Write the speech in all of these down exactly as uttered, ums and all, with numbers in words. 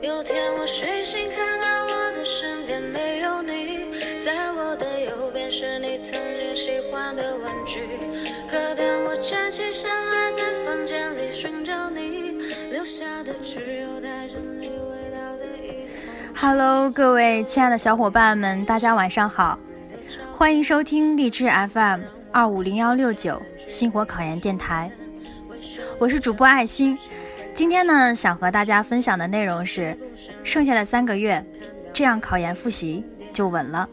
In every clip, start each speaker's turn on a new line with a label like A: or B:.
A: 有天我睡醒看到我的身边没有你，在我的右边是你曾经喜欢的玩具，可当我站起身来在房间里寻找你，留下的只有带着你味道的衣服。
B: Hello， 各位亲爱的小伙伴们，大家晚上好，欢迎收听荔枝 F M 二五零幺六九星火考研电台，我是主播爱心。今天呢，想和大家分享的内容是剩下的三个月，这样考研复习就稳了。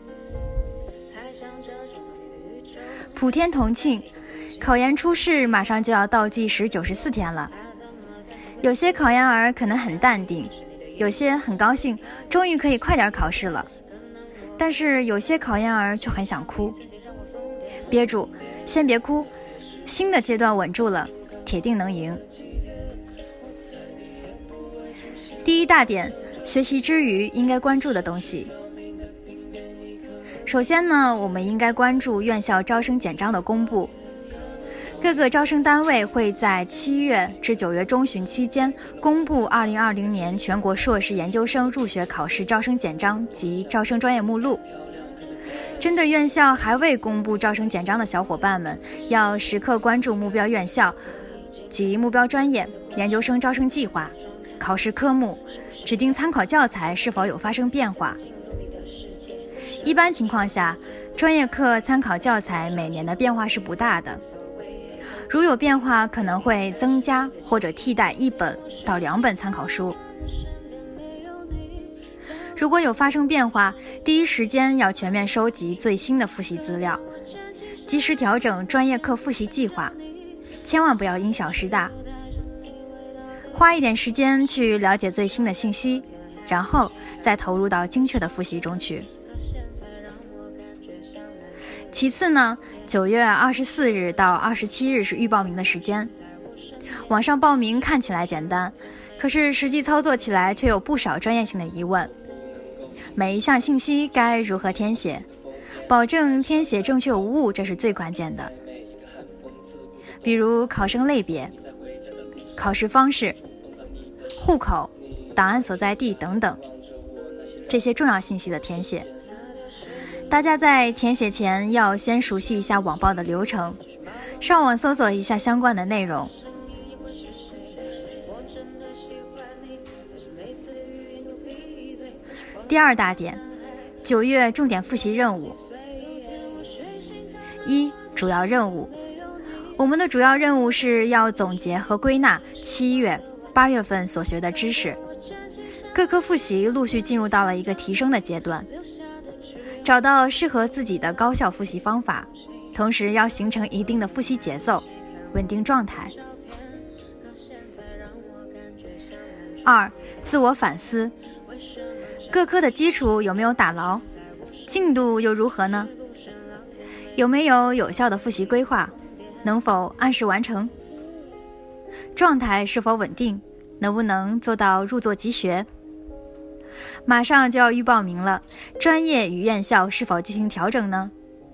B: 普天同庆，考研初试马上就要倒计时九十四天了。有些考研儿可能很淡定，有些很高兴，终于可以快点考试了。但是有些考研儿却很想哭。憋住，先别哭，新的阶段稳住了，铁定能赢。第一大点，学习之余应该关注的东西。首先呢，我们应该关注院校招生简章的公布。各个招生单位会在七月至九月中旬期间公布二零二零年全国硕士研究生入学考试招生简章及招生专业目录。针对院校还未公布招生简章的小伙伴们，要时刻关注目标院校及目标专业研究生招生计划、考试科目、指定参考教材是否有发生变化。一般情况下，专业课参考教材每年的变化是不大的，如有变化可能会增加或者替代一本到两本参考书。如果有发生变化，第一时间要全面收集最新的复习资料，及时调整专业课复习计划，千万不要因小失大。花一点时间去了解最新的信息，然后再投入到精确的复习中去。其次呢，九月二十四日到二十七日是预报名的时间。网上报名看起来简单，可是实际操作起来却有不少专业性的疑问。每一项信息该如何填写，保证填写正确无误，这是最关键的。比如考生类别、考试方式、户口、档案所在地等等，这些重要信息的填写。大家在填写前要先熟悉一下网报的流程，上网搜索一下相关的内容。第二大点，九月重点复习任务。一、主要任务。我们的主要任务是要总结和归纳七月、八月份所学的知识。各科复习陆续进入到了一个提升的阶段，找到适合自己的高效复习方法，同时要形成一定的复习节奏，稳定状态。二、自我反思。各科的基础有没有打牢？进度又如何呢？有没有有效的复习规划？能否按时完成？状态是否稳定？能不能做到入座即学？马上就要预报名了，专业与院校是否进行调整呢？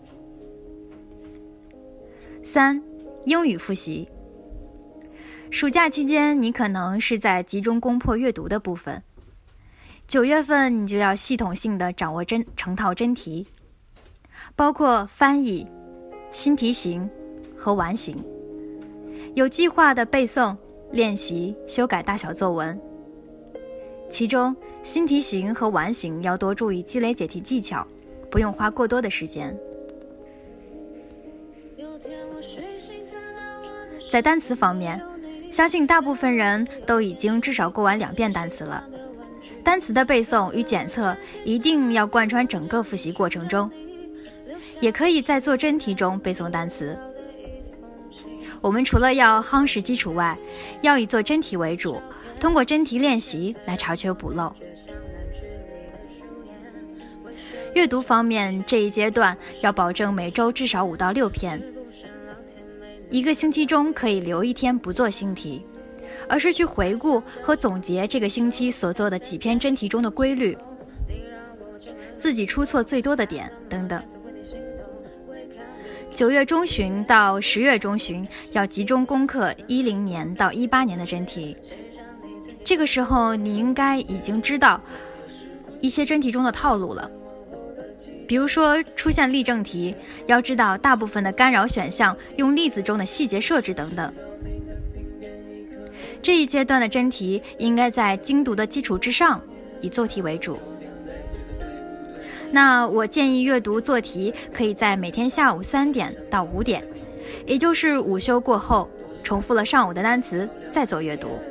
B: 三、英语复习。暑假期间你可能是在集中攻破阅读的部分，九月份你就要系统性的掌握真成套真题，包括翻译、新题型和完形，有计划的背诵、练习、修改大小作文。其中新题型和完形要多注意积累解题技巧，不用花过多的时间。在单词方面，相信大部分人都已经至少过完两遍单词了。单词的背诵与检测一定要贯穿整个复习过程中，也可以在做真题中背诵单词。我们除了要夯实基础外，要以做真题为主，通过真题练习来查缺补漏。阅读方面，这一阶段要保证每周至少五到六篇，一个星期中可以留一天不做新题，而是去回顾和总结这个星期所做的几篇真题中的规律，自己出错最多的点等等。九月中旬到十月中旬要集中攻克一零年到一八年的真题， 这个时候你应该已经知道一些真题中的套路了。比如说出现例证题，要知道大部分的干扰选项用例子中的细节设置等等。这一阶段的真题应该在精读的基础之上，以做题为主。那我建议阅读做题可以在每天下午三点到五点，也就是午休过后，重复了上午的单词再做阅读。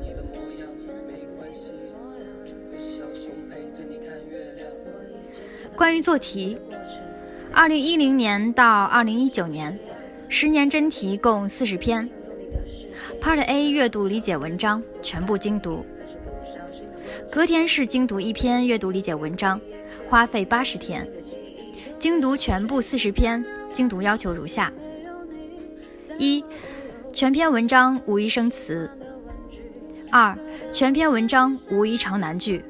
B: 关于做题，二零一零年到二零一九年，十年真题共四十篇。Part A 阅读理解文章全部精读，隔天是精读一篇阅读理解文章，花费八十天。精读全部四十篇，精读要求如下：一、全篇文章无一生词；二、全篇文章无一长难句；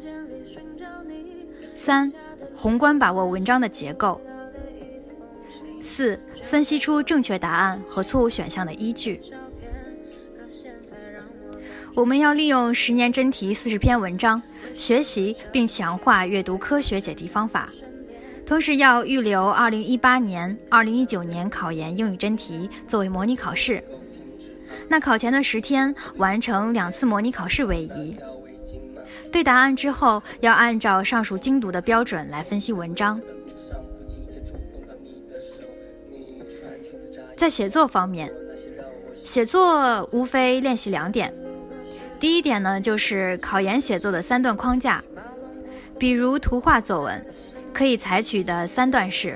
B: 三、宏观把握文章的结构；四、分析出正确答案和错误选项的依据。我们要利用十年真题四十篇文章，学习并强化阅读科学解题方法，同时要预留二零一八年、二零一九年考研英语真题作为模拟考试。那考前的十天完成两次模拟考试为宜。对答案之后，要按照上述精读的标准来分析文章。在写作方面，写作无非练习两点。第一点呢，就是考研写作的三段框架，比如图画作文，可以采取的三段式：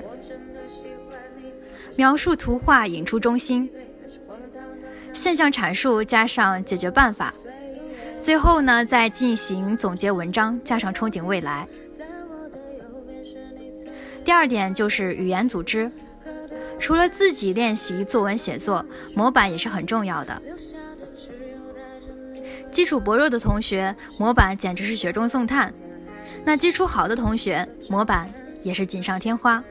B: 描述图画引出中心，现象阐述加上解决办法，最后呢再进行总结文章加上憧憬未来。第二点就是语言组织，除了自己练习作文写作，模板也是很重要的。基础薄弱的同学，模板简直是雪中送炭；那基础好的同学，模板也是锦上添花。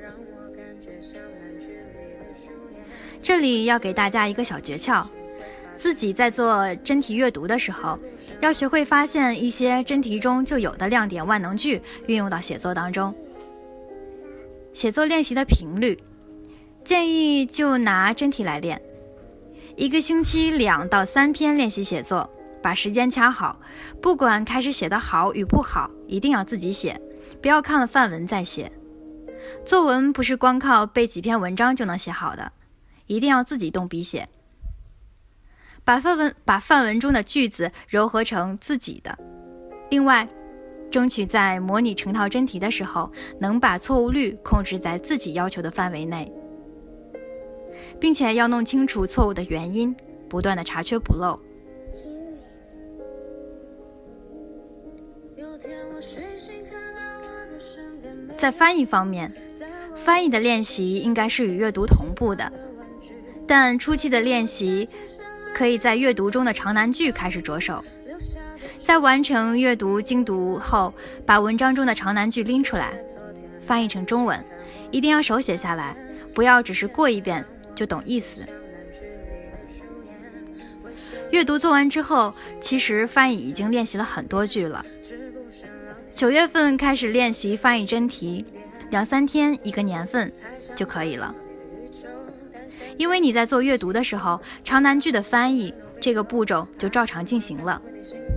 B: 这里要给大家一个小诀窍，自己在做真题阅读的时候，要学会发现一些真题中就有的亮点万能句，运用到写作当中。写作练习的频率，建议就拿真题来练，一个星期两到三篇练习写作，把时间掐好，不管开始写得好与不好，一定要自己写，不要看了范文再写。作文不是光靠背几篇文章就能写好的，一定要自己动笔写，把范文把范文中的句子糅合成自己的。另外，争取在模拟成套真题的时候，能把错误率控制在自己要求的范围内，并且要弄清楚错误的原因，不断的查缺补漏。在翻译方面，翻译的练习应该是与阅读同步的，但初期的练习可以在阅读中的长难句开始着手，在完成阅读精读后，把文章中的长难句拎出来，翻译成中文，一定要手写下来，不要只是过一遍就懂意思。阅读做完之后，其实翻译已经练习了很多句了。九月份开始练习翻译真题，两三天一个年份就可以了。因为你在做阅读的时候，长难句的翻译这个步骤就照常进行了。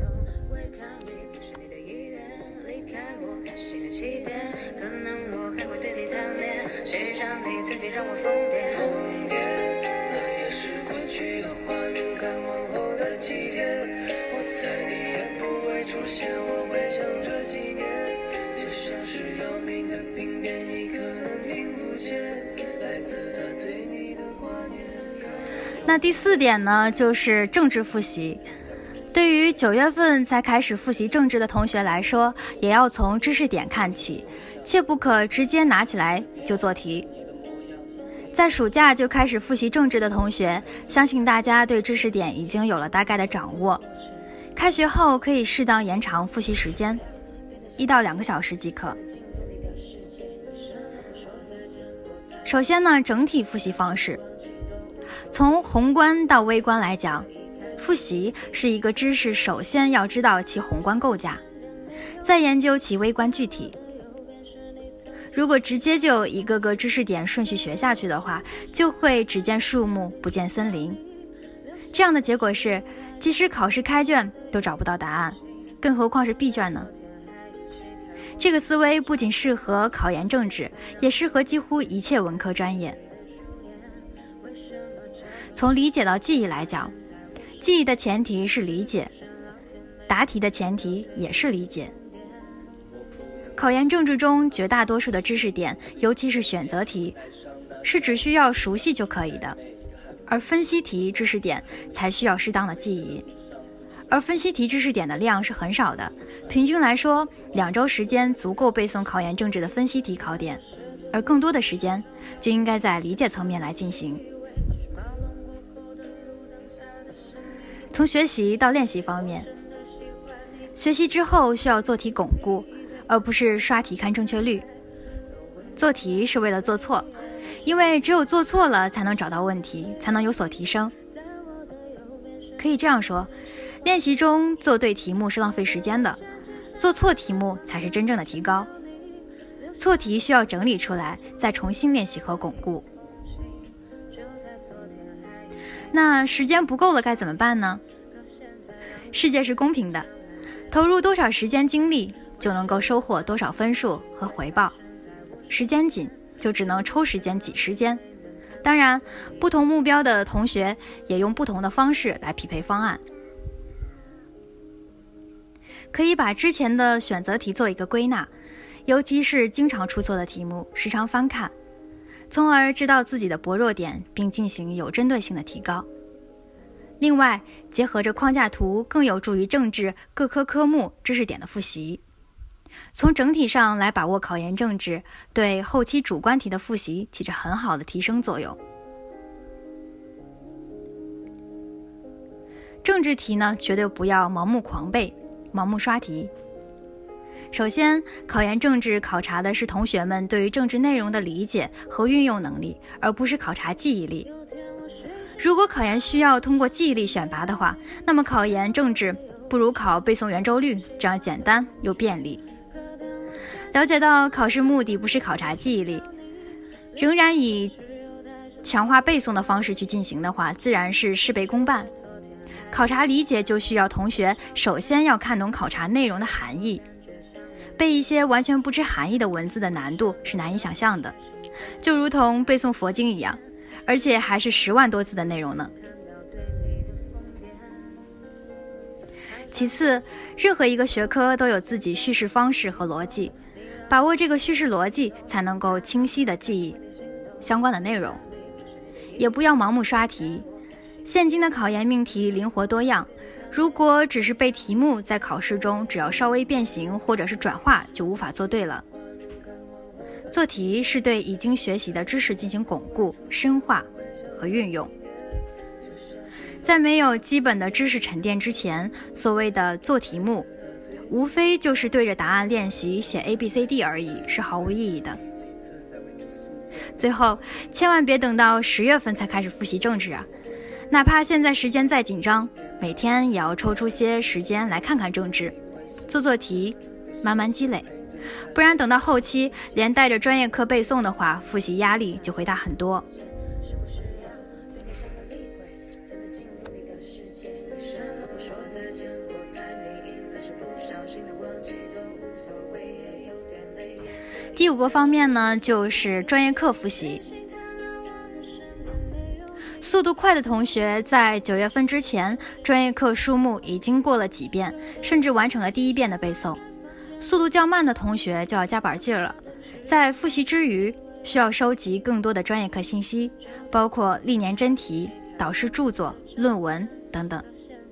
B: 那第四点呢，就是政治复习。对于九月份才开始复习政治的同学来说，也要从知识点看起，切不可直接拿起来就做题。在暑假就开始复习政治的同学，相信大家对知识点已经有了大概的掌握。开学后可以适当延长复习时间，一到两个小时即可。首先呢，整体复习方式，从宏观到微观来讲， 复习是一个知识首先要知道其宏观构架，再研究其微观具体。如果直接就一个个知识点顺序学下去的话，就会只见树木不见森林。这样的结果是，即使考试开卷都找不到答案，更何况是闭卷呢？这个思维不仅适合考研政治，也适合几乎一切文科专业。从理解到记忆来讲，记忆的前提是理解，答题的前提也是理解。考研政治中绝大多数的知识点，尤其是选择题，是只需要熟悉就可以的，而分析题知识点才需要适当的记忆。而分析题知识点的量是很少的，平均来说，两周时间足够背诵考研政治的分析题考点，而更多的时间就应该在理解层面来进行。从学习到练习方面，学习之后需要做题巩固，而不是刷题看正确率。做题是为了做错，因为只有做错了才能找到问题，才能有所提升。可以这样说，练习中做对题目是浪费时间的，做错题目才是真正的提高。错题需要整理出来，再重新练习和巩固。那时间不够了该怎么办呢？世界是公平的，投入多少时间精力，就能够收获多少分数和回报。时间紧，就只能抽时间挤时间。当然，不同目标的同学也用不同的方式来匹配方案。可以把之前的选择题做一个归纳，尤其是经常出错的题目，时常翻看，从而知道自己的薄弱点，并进行有针对性的提高。另外，结合着框架图，更有助于政治各科科目知识点的复习。从整体上来把握考研政治，对后期主观题的复习起着很好的提升作用。政治题呢，绝对不要盲目狂背，盲目刷题。首先，考研政治考察的是同学们对于政治内容的理解和运用能力，而不是考察记忆力。如果考研需要通过记忆力选拔的话，那么考研政治不如考背诵圆周率，这样简单又便利。了解到考试目的不是考察记忆力，仍然以强化背诵的方式去进行的话，自然是事倍功半。考察理解就需要同学首先要看懂考察内容的含义，背一些完全不知含义的文字的难度是难以想象的，就如同背诵佛经一样，而且还是十万多字的内容呢。其次，任何一个学科都有自己叙事方式和逻辑，把握这个叙事逻辑，才能够清晰地记忆相关的内容。也不要盲目刷题，现今的考研命题灵活多样，如果只是背题目，在考试中只要稍微变形或者是转化，就无法做对了。做题是对已经学习的知识进行巩固、深化和运用。在没有基本的知识沉淀之前，所谓的做题目，无非就是对着答案练习写 A B C D 而已，是毫无意义的。最后，千万别等到十月份才开始复习政治啊！哪怕现在时间再紧张，每天也要抽出些时间来看看政治，做做题，慢慢积累。不然等到后期连带着专业课背诵的话，复习压力就会大很多。第五个方面呢，就是专业课复习。速度快的同学在九月份之前，专业课书目已经过了几遍，甚至完成了第一遍的背诵。速度较慢的同学就要加把劲了，在复习之余，需要收集更多的专业课信息，包括历年真题、导师著作、论文等等。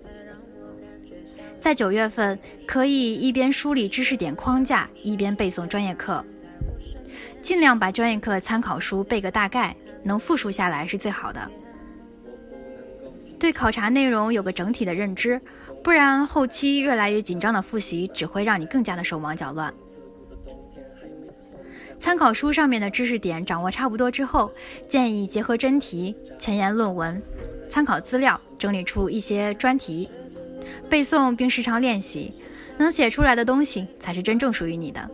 B: 在九月份，可以一边梳理知识点框架，一边背诵专业课，尽量把专业课参考书背个大概，能复述下来是最好的。对考察内容有个整体的认知，不然后期越来越紧张的复习只会让你更加的手忙脚乱。参考书上面的知识点掌握差不多之后，建议结合真题、前沿论文， 参考资料，整理出一些专题，背诵并时常练习，能写出来的东西才是真正属于你的。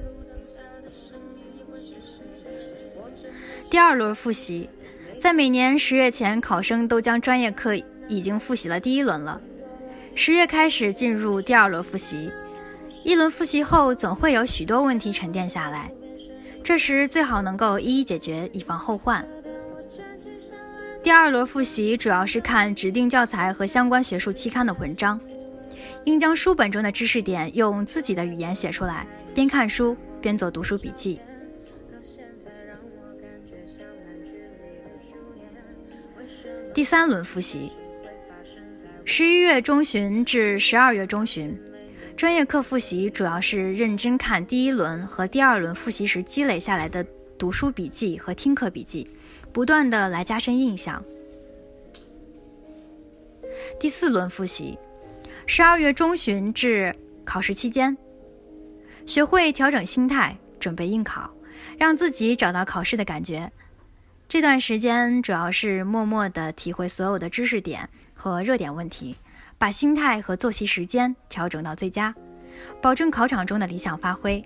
B: 第二轮复习，在每年十月前，考生都将专业课已经复习了第一轮了。十月开始进入第二轮复习，一轮复习后总会有许多问题沉淀下来，这时最好能够一一解决，以防后患。第二轮复习主要是看指定教材和相关学术期刊的文章，应将书本中的知识点用自己的语言写出来，边看书边做读书笔记。第三轮复习，十一月中旬至十二月中旬，专业课复习主要是认真看第一轮和第二轮复习时积累下来的读书笔记和听课笔记，不断的来加深印象。第四轮复习，十二月中旬至考试期间，学会调整心态，准备应考，让自己找到考试的感觉。这段时间主要是默默地体会所有的知识点和热点问题，把心态和作息时间调整到最佳，保证考场中的理想发挥。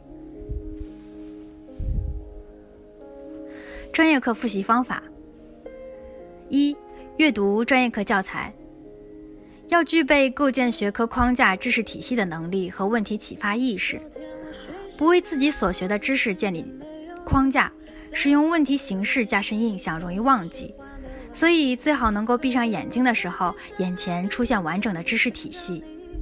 B: 专业课复习方法：一、阅读专业课教材，要具备构建学科框架知识体系的能力和问题启发意识，不为自己所学的知识建立框架，使用问题形式加深印象，容易忘记，所以最好能够闭上眼睛的时候，眼前出现完整的知识体系。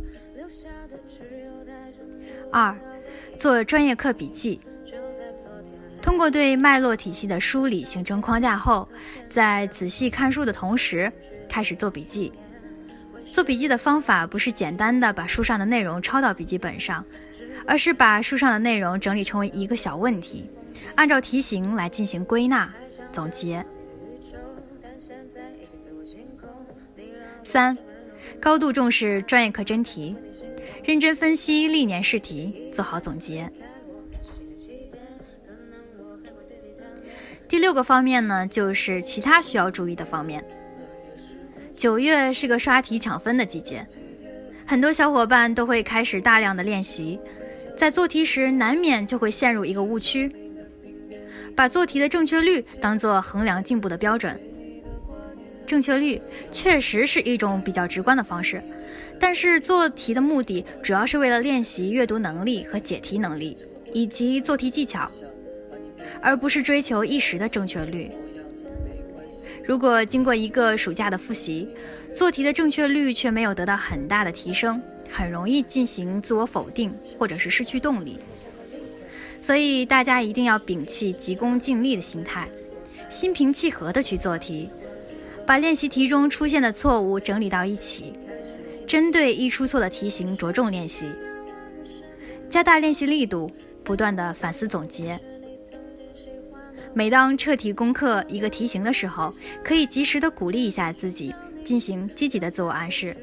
B: 二、做专业课笔记，通过对脉络体系的梳理形成框架后，在仔细看书的同时开始做笔记。做笔记的方法不是简单的把书上的内容抄到笔记本上，而是把书上的内容整理成为一个小问题，按照题型来进行归纳总结。三、高度重视专业课真题，认真分析历年试题，做好总结。第六个方面呢，就是其他需要注意的方面。九月是个刷题抢分的季节，很多小伙伴都会开始大量的练习，在做题时难免就会陷入一个误区，把做题的正确率当作衡量进步的标准。正确率确实是一种比较直观的方式，但是做题的目的主要是为了练习阅读能力和解题能力，以及做题技巧，而不是追求一时的正确率。如果经过一个暑假的复习，做题的正确率却没有得到很大的提升，很容易进行自我否定，或者是失去动力。所以大家一定要摒弃急功近利的心态，心平气和地去做题，把练习题中出现的错误整理到一起，针对易出错的题型着重练习，加大练习力度，不断地反思总结。每当彻题攻克一个题型的时候，可以及时地鼓励一下自己，进行积极的自我暗示。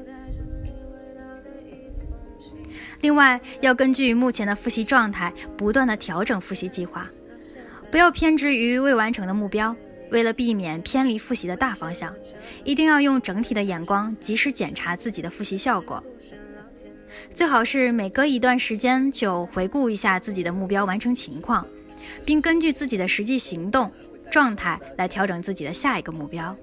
B: 另外，要根据目前的复习状态，不断地调整复习计划，不要偏执于未完成的目标。为了避免偏离复习的大方向，一定要用整体的眼光及时检查自己的复习效果。最好是每隔一段时间就回顾一下自己的目标完成情况，并根据自己的实际行动状态来调整自己的下一个目标。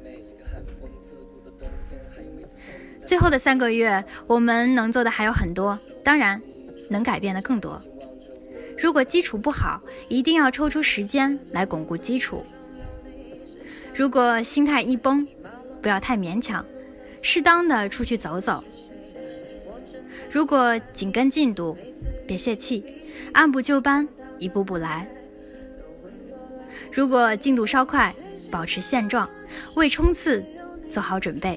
B: 最后的三个月，我们能做的还有很多，当然能改变的更多。如果基础不好，一定要抽出时间来巩固基础。如果心态一崩，不要太勉强，适当的出去走走。如果紧跟进度，别泄气，按部就班，一步步来。如果进度稍快，保持现状，为冲刺做好准备。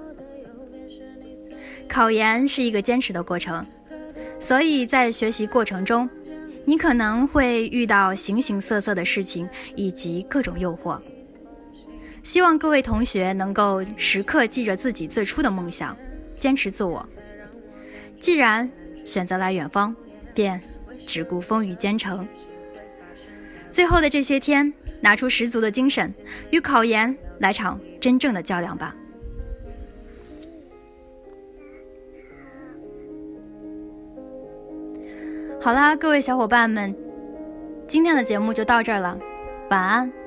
B: 考研是一个坚持的过程，所以在学习过程中，你可能会遇到形形色色的事情以及各种诱惑。希望各位同学能够时刻记着自己最初的梦想，坚持自我。既然选择来远方，便只顾风雨兼程。最后的这些天，拿出十足的精神，与考研来场真正的较量吧。 好啦，各位小伙伴们，今天的节目就到这儿了，晚安。